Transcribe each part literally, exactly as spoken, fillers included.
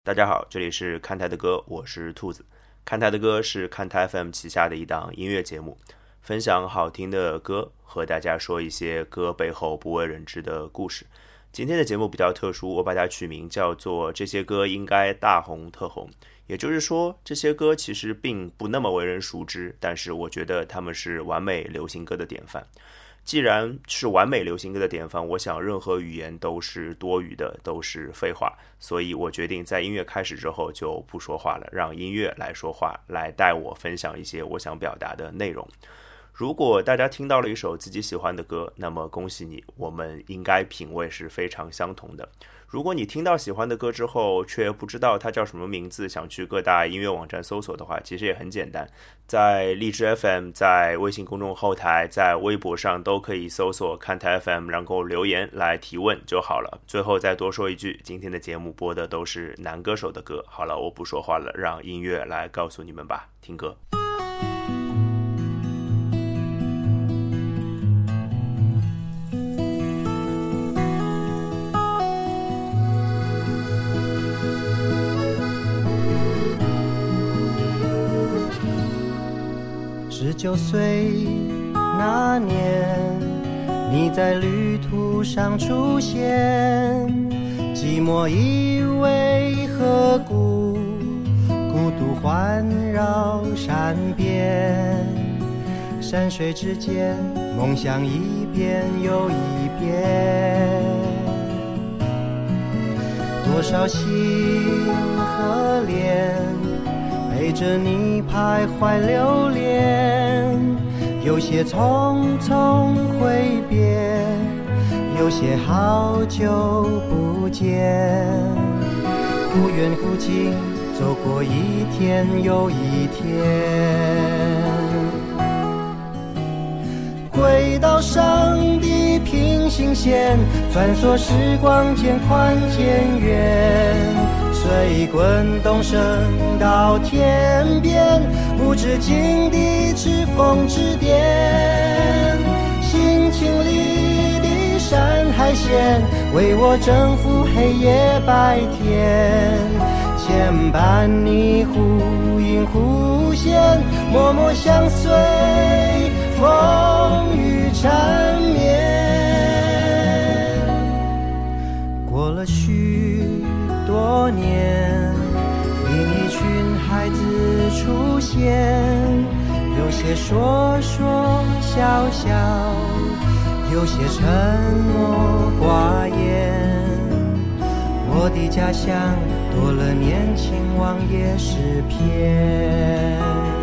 大家好，这里是看台的歌，我是兔子。看台的歌是看台 F M 旗下的一档音乐节目，分享好听的歌，和大家说一些歌背后不为人知的故事。今天的节目比较特殊，我把它取名叫做这些歌应该大红特红，也就是说这些歌其实并不那么为人熟知，但是我觉得他们是完美流行歌的典范。既然是完美流行歌的典范，我想任何语言都是多余的，都是废话，所以我决定在音乐开始之后就不说话了，让音乐来说话，来带我分享一些我想表达的内容。如果大家听到了一首自己喜欢的歌，那么恭喜你，我们应该品味是非常相同的。如果你听到喜欢的歌之后却不知道它叫什么名字，想去各大音乐网站搜索的话，其实也很简单，在荔枝 F M， 在微信公众后台，在微博上都可以搜索看台 F M， 然后留言来提问就好了。最后再多说一句，今天的节目播的都是男歌手的歌。好了，我不说话了，让音乐来告诉你们吧，听歌。 十九岁那年，你在旅途上出现，寂寞以为何故，孤独环绕山边，山水之间，梦想一遍又一遍，多少心和脸陪着你徘徊流连，有些匆匆挥别，有些好久不见，忽远忽近，走过一天又一天，轨道上的平行线，穿梭时光渐宽渐远，水滚动升到天边，无止境的指缝指点，心情里的山海线，为我征服黑夜白天，牵绊你忽隐忽现，默默相随，风雨缠绵。过了许多年，另一群孩子出现，有些说说笑笑，有些沉默寡言，我的家乡多了年轻忘也诗篇。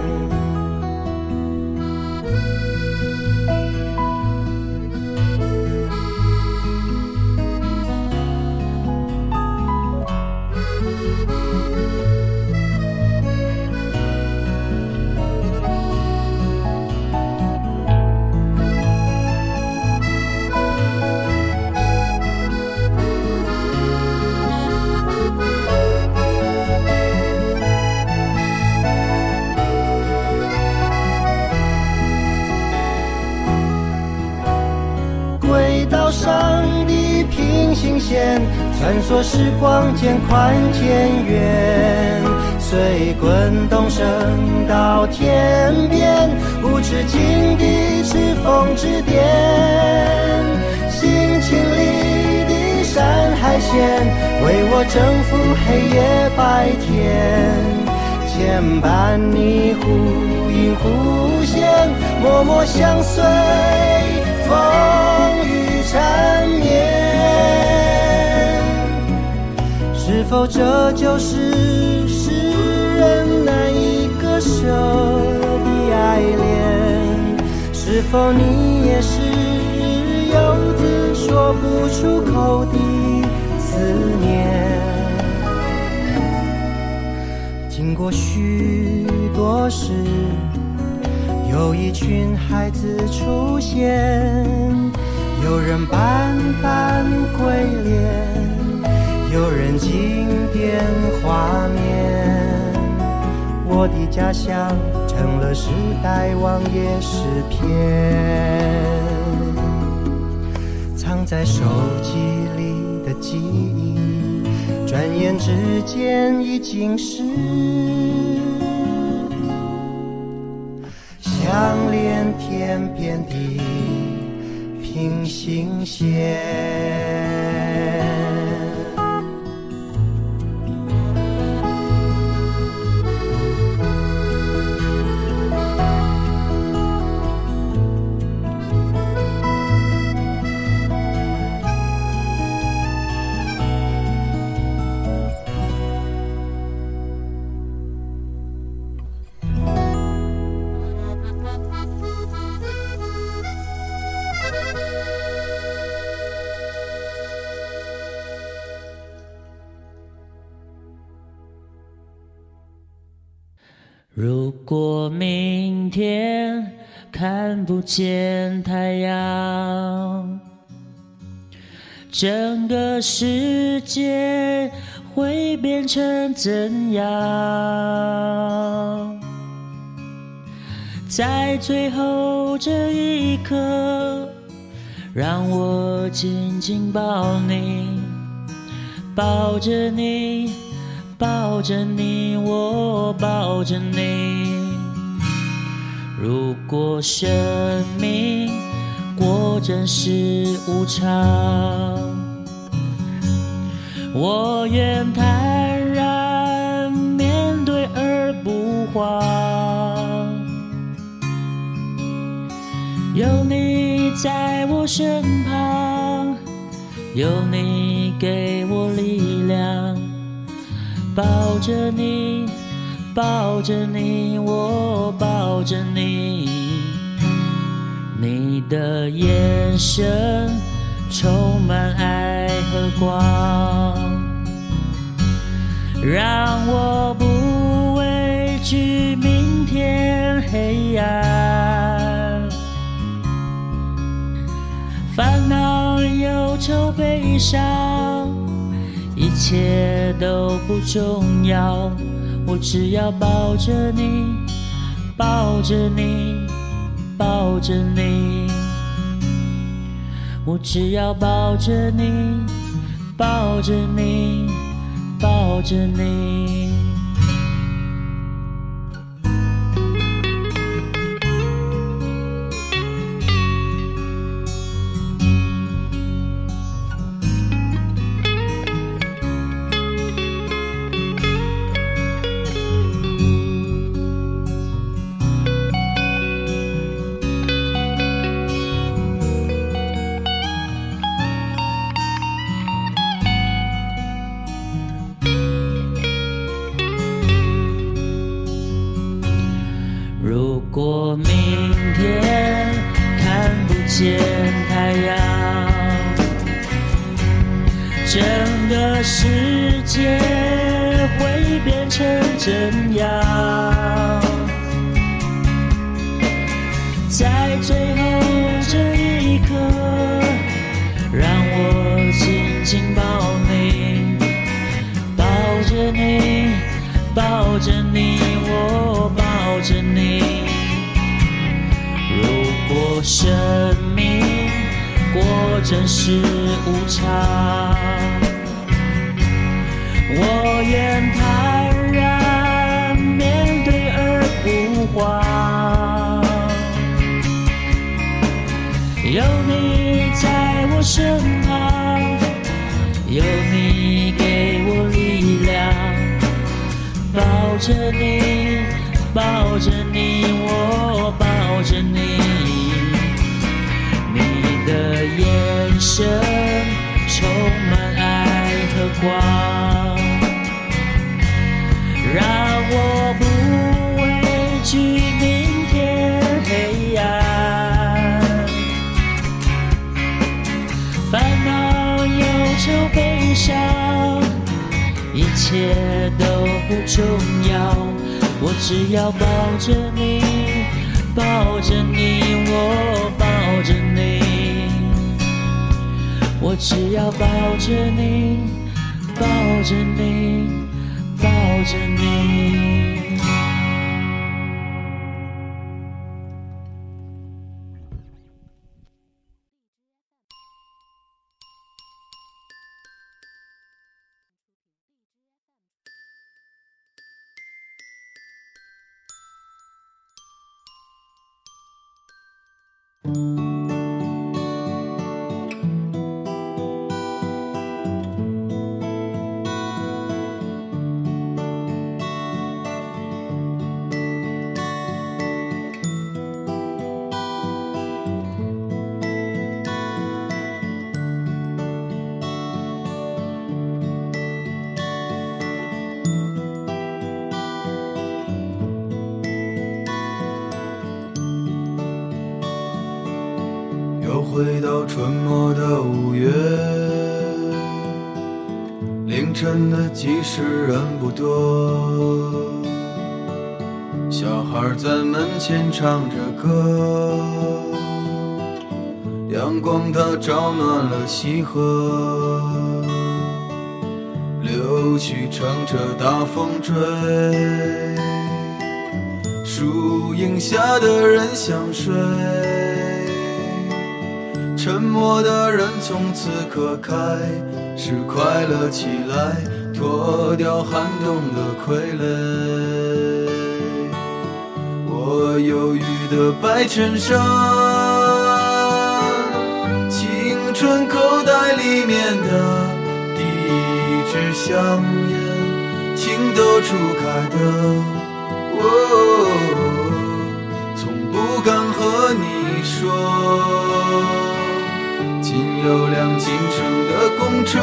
线穿梭时光渐宽渐远，随滚动升到天边，无止境的指缝指点，心情里的山海线，为我征服黑夜白天，牵绊你忽隐忽现，默默相随，风雨缠绵。是否这就是诗人难以割舍的爱恋？是否你也是游子说不出口的思念？经过许多事，有一群孩子出现，有人斑斑归恋，有人经典画面，我的家乡成了时代忘也诗篇，藏在手机里的记忆， 转眼之间已经是相连天边的平行线。 如果明天看不见太阳，整个世界会变成怎样？在最后这一刻，让我紧紧抱你，抱着你，抱着你，我抱着你。如果生命果真是无常，我愿坦然面对而不慌。有你在我身旁，有你给我力量，抱着你，抱着你，我抱着你。你的眼神充满爱和光，让我不畏惧明天黑暗。烦恼、忧愁、悲伤，一切都不重要，我只要抱着你，抱着你，抱着你。我只要抱着你，抱着你，抱着你。如果明天看不见太阳，整个世界会变成怎样？在最后这一刻，让我紧紧抱你，抱着你，抱着你，我抱着你。如果生命果真是无常，我愿坦然面对而不慌。有你在我身旁，有你给我力量，抱着你，抱着你，我抱着你。你的眼神充满爱和光，让我不畏惧明天黑暗。烦恼、忧愁、悲伤，一切都不重要，我只要抱着你，抱着你，我抱着你。我只要抱着你，抱着你，抱着你。 回到春末的五月，凌晨的集市人不多，小孩在门前唱着歌，阳光它照暖了溪河，柳絮乘着大风追，树荫下的人想睡，沉默的人从此刻开始快乐起来，脱掉寒冬的傀儡。我忧郁的白衬衫，青春口袋里面的第一支香烟，情窦初开的我，从不敢和你说。仅有辆进城的公车，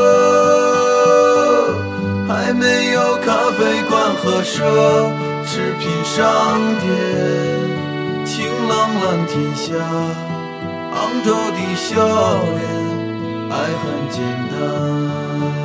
还没有咖啡馆和奢侈品商店，晴朗蓝天下，昂头的笑脸，爱很简单。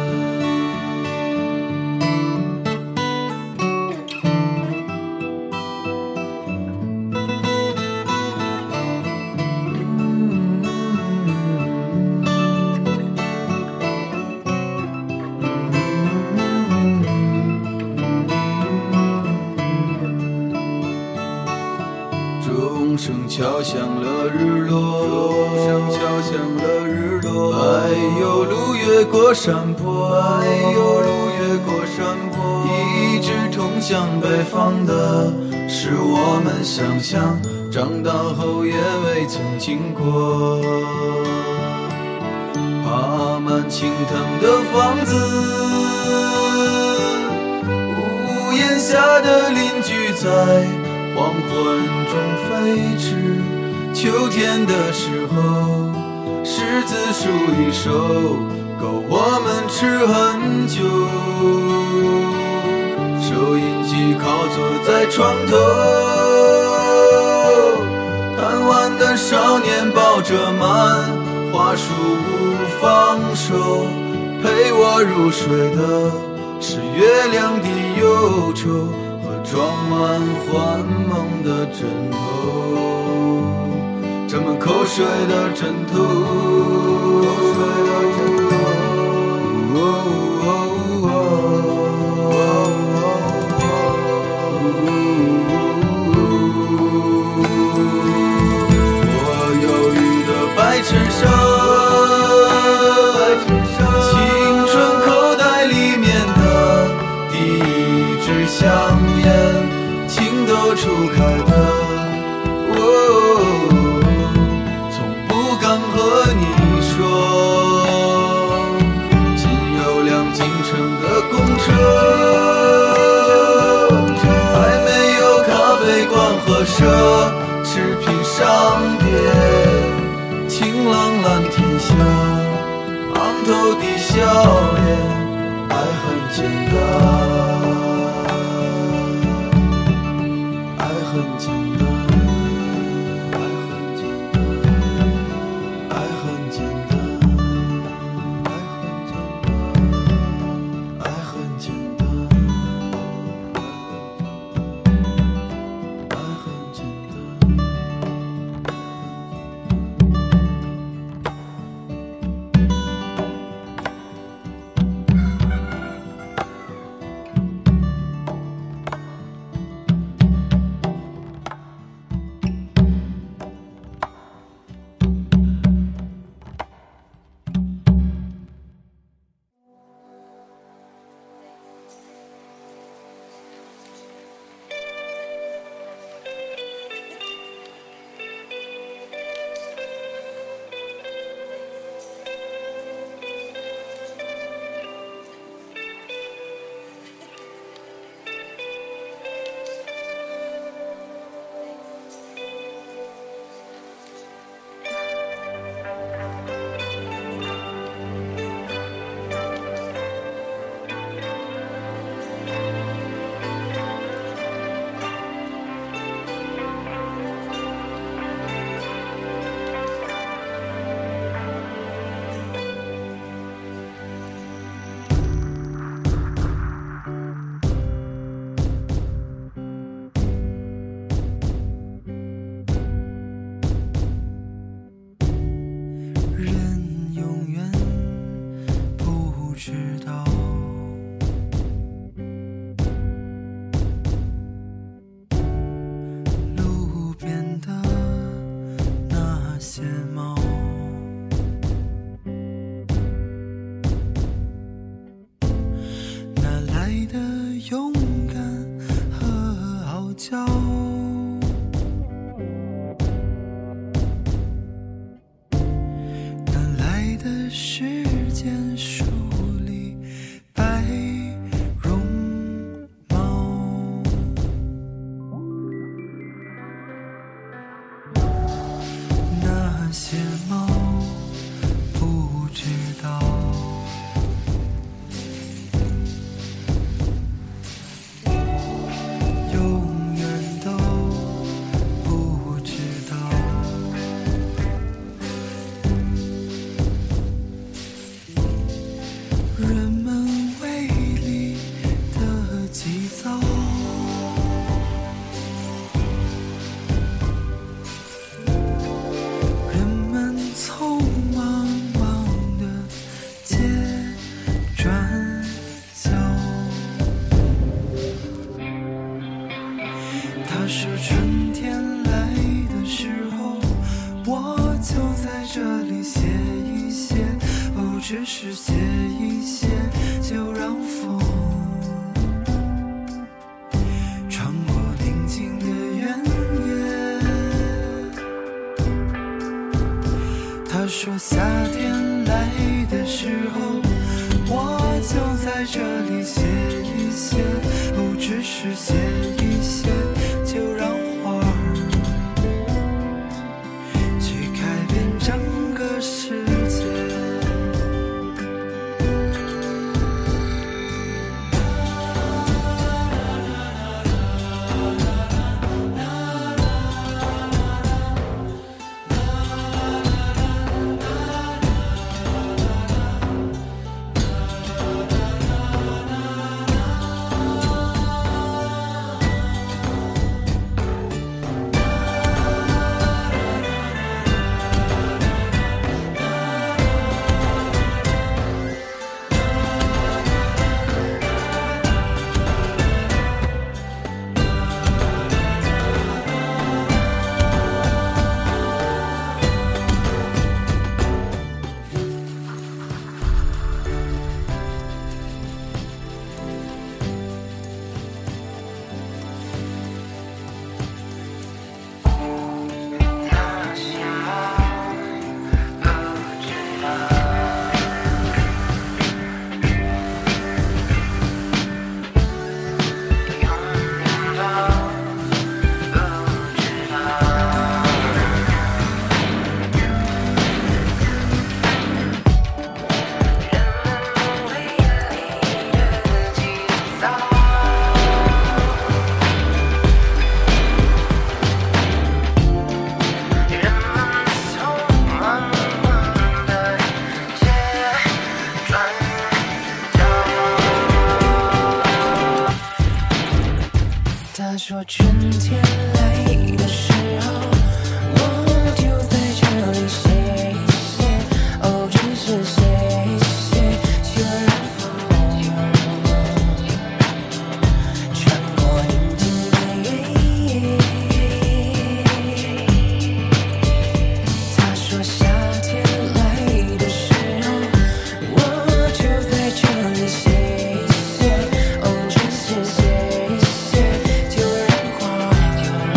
钟声敲响了日落，钟声敲响了日落。柏油路越过山坡，柏油路越过山坡。一直通向北方的，是我们想象，长大后也未曾经过。爬满青藤的房子，屋檐下的邻居在黄昏中飞驰，秋天的时候，柿子树一熟，够我们吃很久。收音机靠坐在床头，贪玩的少年抱着满花束不放手，陪我入睡的是月亮的忧愁，装满幻梦的枕头，沾满口水的枕头，口水的枕头。哦哦哦我忧郁的白衬衫，青春口袋里面的第一支香烟，情窦初开的我，从不敢和你说。仅有辆进城的公车，还没有咖啡馆和奢侈品商店，晴朗蓝天下，昂头的笑脸，爱很简单。很简单，爱很简单，爱很简单，爱很简单，爱很简单。 勇敢和傲娇。哪来的时间梳理白绒毛？那些猫不知道，永远都不知道。人们胃里的急躁，人们匆忙忙的街转角。他说春天来的时候，我就在这里歇一歇，哦，只是歇一歇，就让风穿过宁静的原野。他说夏天来的时候，我就在这里歇一歇，哦，只是歇一歇，就让花儿去改变整个世界。他说春天来的时候，我就在这里歇一歇，哦，只是歇一歇，就让风穿过宁静的原野。他说夏天来的时候，我就在这里歇一歇，哦，只是歇一歇，就让花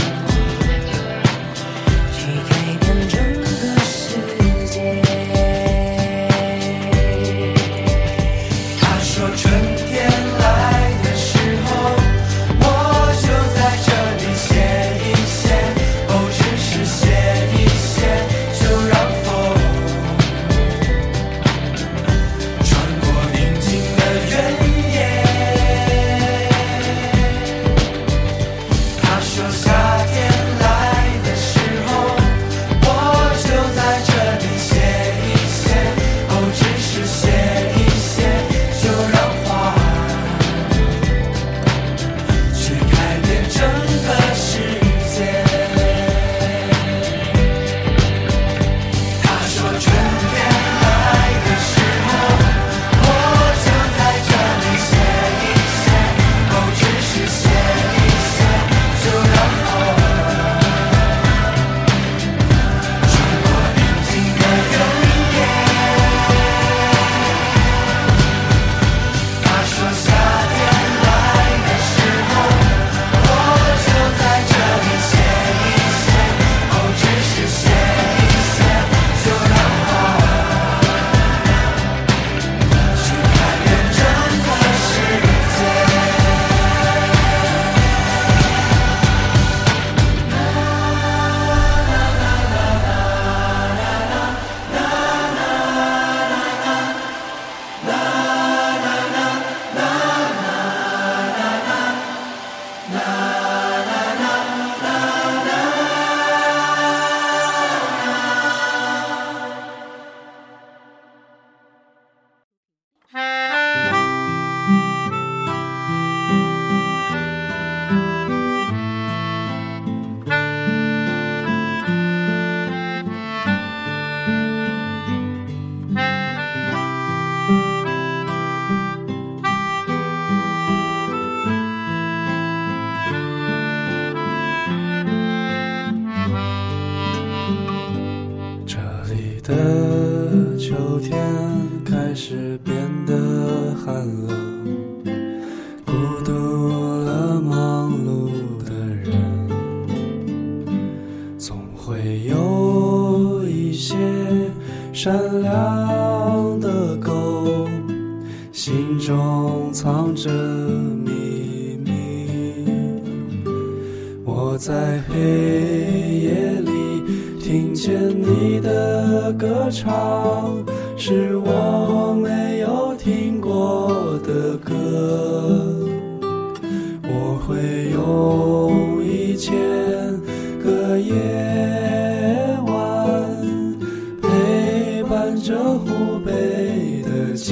在黑夜里听见你的歌唱，是我没有听过的歌。我会用一千个夜晚陪伴着湖北的家。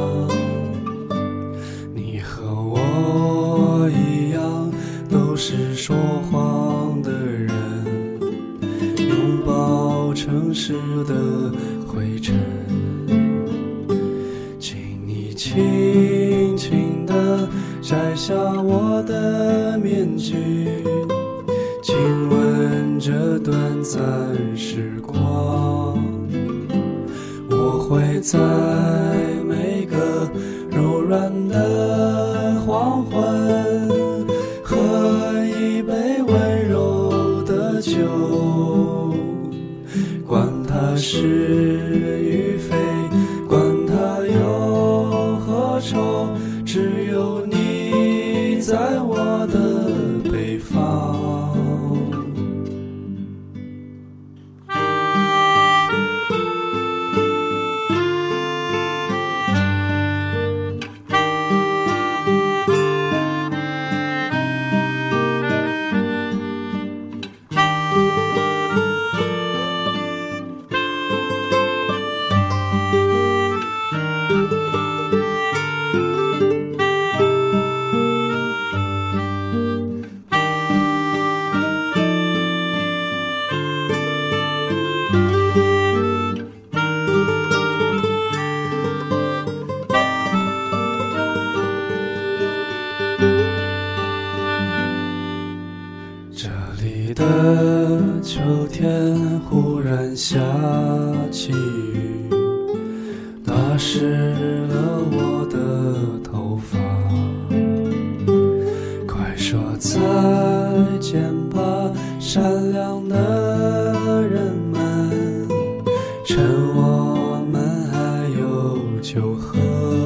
你和我一样都是说谎的人，拥抱城市的灰尘。请你轻轻地摘下我的面具，亲吻这短暂时光。我会在每个柔软的黄昏喝一杯温柔的酒，管它是与非，管它忧和愁，只有你在我的北方。这里的秋天忽然下起雨，打湿了我的头发。快说再见吧，善良的人们，趁我们还有酒喝。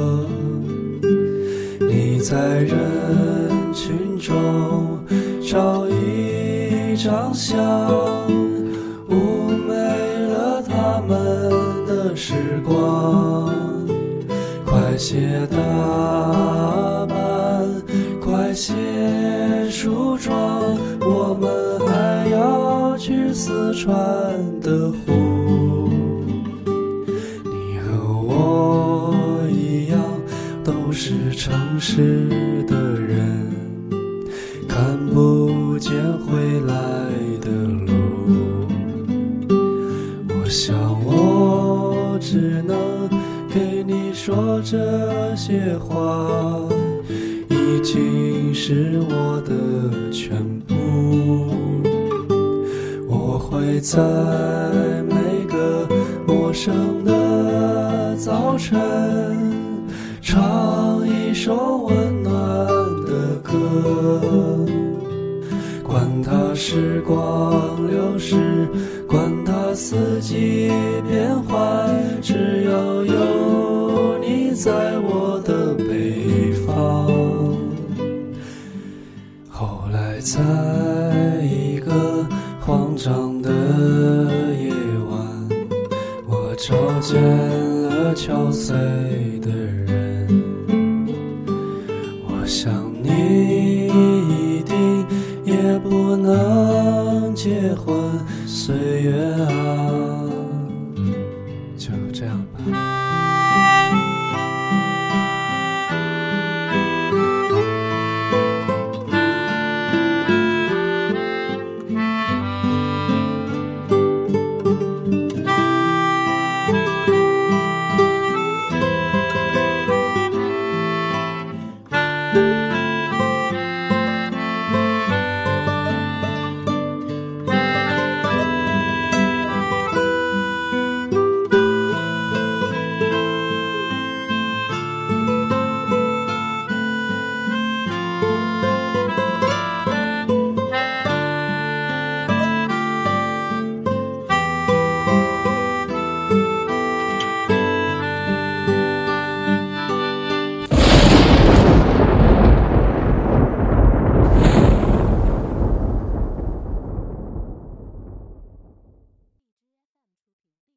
你在人群中照一张相，妩媚了他们的时光。快些打扮，快些梳妆，我们还要去四川的湖。你和我一样都是城市的人，看不见回来的路。我想我只能给你说这些话，已经是我的全部。我会在每个陌生的早晨唱一首温暖的歌，管它时光流逝，管它四季变换，只要有你在我的北方。后来在一个慌张的夜晚，我找见了憔悴的人。我想你一定也不能结婚，